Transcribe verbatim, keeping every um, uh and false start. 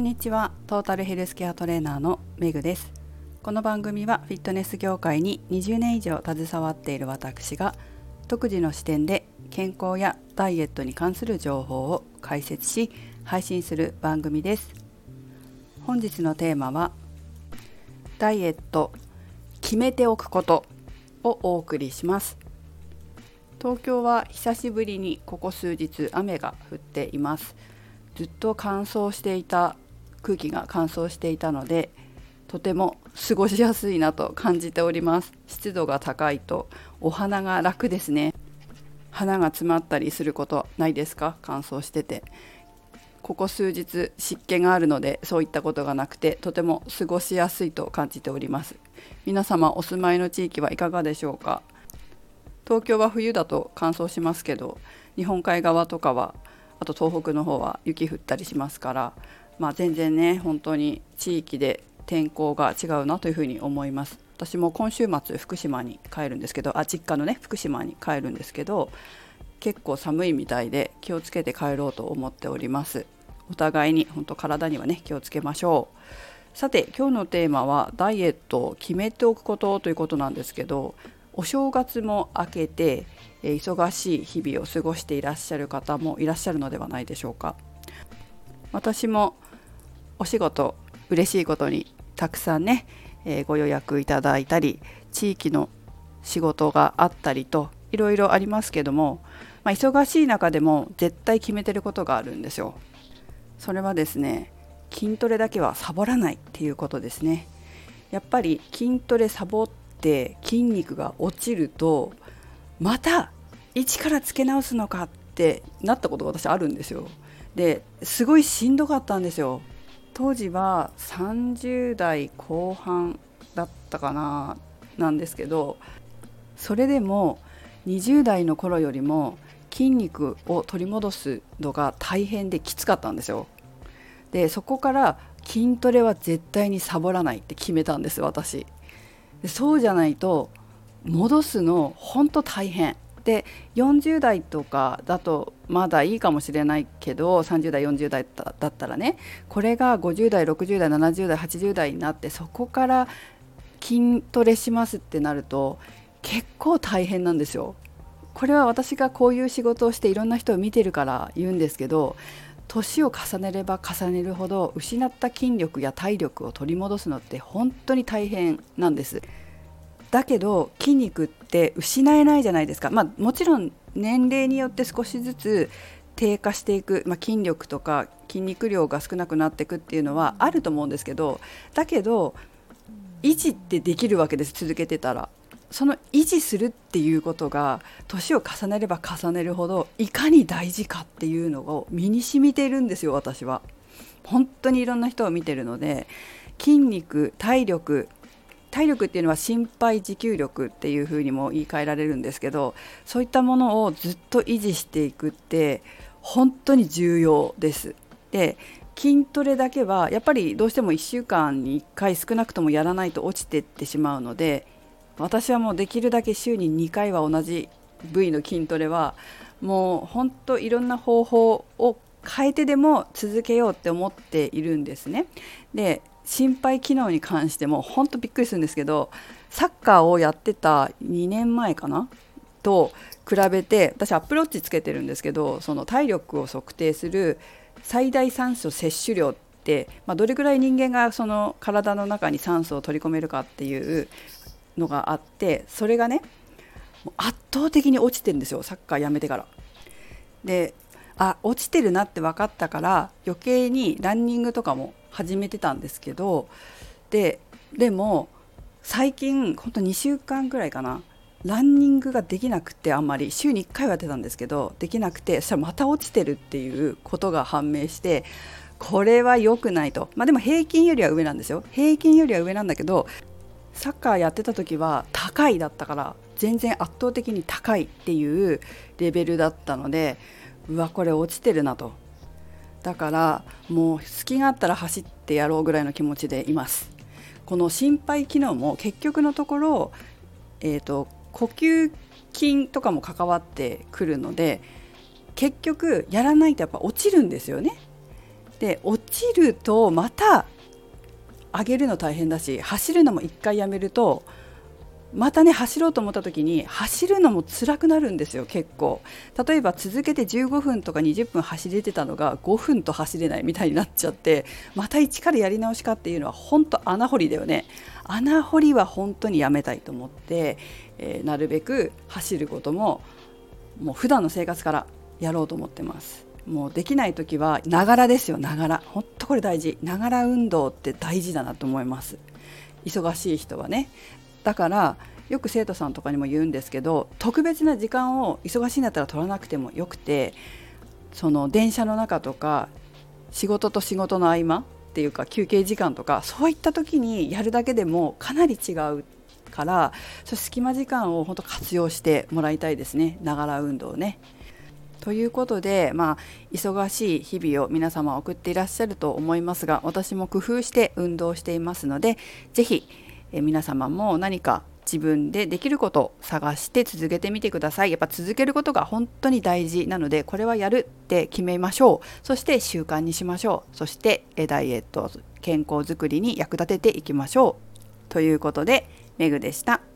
んにちは。トータルヘルスケアトレーナーのメグです。この番組はフィットネス業界ににじゅうねん以上携わっている私が独自の視点で健康やダイエットに関する情報を解説し配信する番組です。本日のテーマはダイエット決めておくことをお送りします。東京は久しぶりにここ数日雨が降っています。ずっと乾燥していた空気が乾燥していたのでとても過ごしやすいなと感じております。湿度が高いとお花が楽ですね。花が詰まったりすることないですか？乾燥してて。ここ数日湿気があるのでそういったことがなくてとても過ごしやすいと感じております。皆様お住まいの地域はいかがでしょうか？東京は冬だと乾燥しますけど、日本海側とかはあと東北の方は雪降ったりしますから、まあ、全然ね本当に地域で天候が違うなというふうに思います。私も今週末福島に帰るんですけど、あ実家のね福島に帰るんですけど、結構寒いみたいで気をつけて帰ろうと思っております。お互いに本当体にはね気をつけましょう。さて今日のテーマはダイエットを決めておくことということなんですけど、お正月も明けて忙しい日々を過ごしていらっしゃる方もいらっしゃるのではないでしょうか。私もお仕事嬉しいことにたくさんね、えー、ご予約いただいたり地域の仕事があったりといろいろありますけども、まあ、忙しい中でも絶対決めてることがあるんですよ。それはですね、筋トレだけはサボらないっていうことですね。やっぱり筋トレサボって筋肉が落ちるとまた一からつけ直すのかってなったことが私あるんですよ。ですごいしんどかったんですよ。当時はさんじゅう代後半だったかななんですけど、それでもにじゅう代の頃よりも筋肉を取り戻すのが大変できつかったんですよ。でそこから筋トレは絶対にサボらないって決めたんです、私。でそうじゃないと戻すの本当大変で、よんじゅう代とかだとまだいいかもしれないけど、さんじゅう代よんじゅう代だったらね、これがごじゅう代ろくじゅう代ななじゅう代はちじゅう代になってそこから筋トレしますってなると結構大変なんですよ。これは私がこういう仕事をしていろんな人を見てるから言うんですけど、年を重ねれば重ねるほど失った筋力や体力を取り戻すのって本当に大変なんです。だけど筋肉って失えないじゃないですか。まあ、もちろん年齢によって少しずつ低下していく、まあ、筋力とか筋肉量が少なくなっていくっていうのはあると思うんですけど、だけど維持ってできるわけです。続けてたらその維持するっていうことが年を重ねれば重ねるほどいかに大事かっていうのを身に染みているんですよ。私は本当にいろんな人を見てるので、筋肉、体力体力っていうのは心肺持久力っていうふうにも言い換えられるんですけど、そういったものをずっと維持していくって本当に重要です。で筋トレだけはやっぱりどうしてもいっしゅうかんにいっかい少なくともやらないと落ちていってしまうので、私はもうできるだけ週ににかいは同じ部位の筋トレはもう本当いろんな方法を変えてでも続けようって思っているんですね。で心肺機能に関しても本当びっくりするんですけど、サッカーをやってたにねんまえかなと比べて、私アップローチつけてるんですけど、その体力を測定する最大酸素摂取量って、まあ、どれぐらい人間がその体の中に酸素を取り込めるかっていうのがあって、それがねもう圧倒的に落ちてるんですよ、サッカーやめてから。であ落ちてるなって分かったから余計にランニングとかも始めてたんですけど、ででも最近ほんとにしゅうかんぐらいかな、ランニングができなくて、あんまり週にいっかいはやってたんですけどできなくて、そしたらまた落ちてるっていうことが判明して、これは良くないと。まあでも平均よりは上なんですよ。平均よりは上なんだけど、サッカーやってた時は高いだったから全然圧倒的に高いっていうレベルだったので、うわこれ落ちてるなと。だからもう隙があったら走ってやろうぐらいの気持ちでいます。この心肺機能も結局のところ、えーと、呼吸筋とかも関わってくるので、結局やらないとやっぱ落ちるんですよね。 で落ちるとまた上げるの大変だし、走るのも一回やめるとまたね走ろうと思った時に走るのも辛くなるんですよ。結構例えば続けてじゅうごふんとかにじゅっぷん走れてたのがごふんと走れないみたいになっちゃって、また一からやり直しかっていうのは本当穴掘りだよね。穴掘りは本当にやめたいと思って、えー、なるべく走ることももう普段の生活からやろうと思ってます。もうできない時はながらですよ。ながら本当これ大事。ながら運動って大事だなと思います。忙しい人はね。だからよく生徒さんとかにも言うんですけど、特別な時間を忙しいんだったら取らなくてもよくて、その電車の中とか仕事と仕事の合間っていうか休憩時間とかそういった時にやるだけでもかなり違うから、そ隙間時間を本当活用してもらいたいですね。ながら運動ね。ということで、まあ、忙しい日々を皆様送っていらっしゃると思いますが、私も工夫して運動していますので、ぜひえ皆様も何か自分でできることを探して続けてみてください。やっぱ続けることが本当に大事なので、これはやるって決めましょう。そして習慣にしましょう。そしてダイエット、健康づくりに役立てていきましょう。ということで、めぐでした。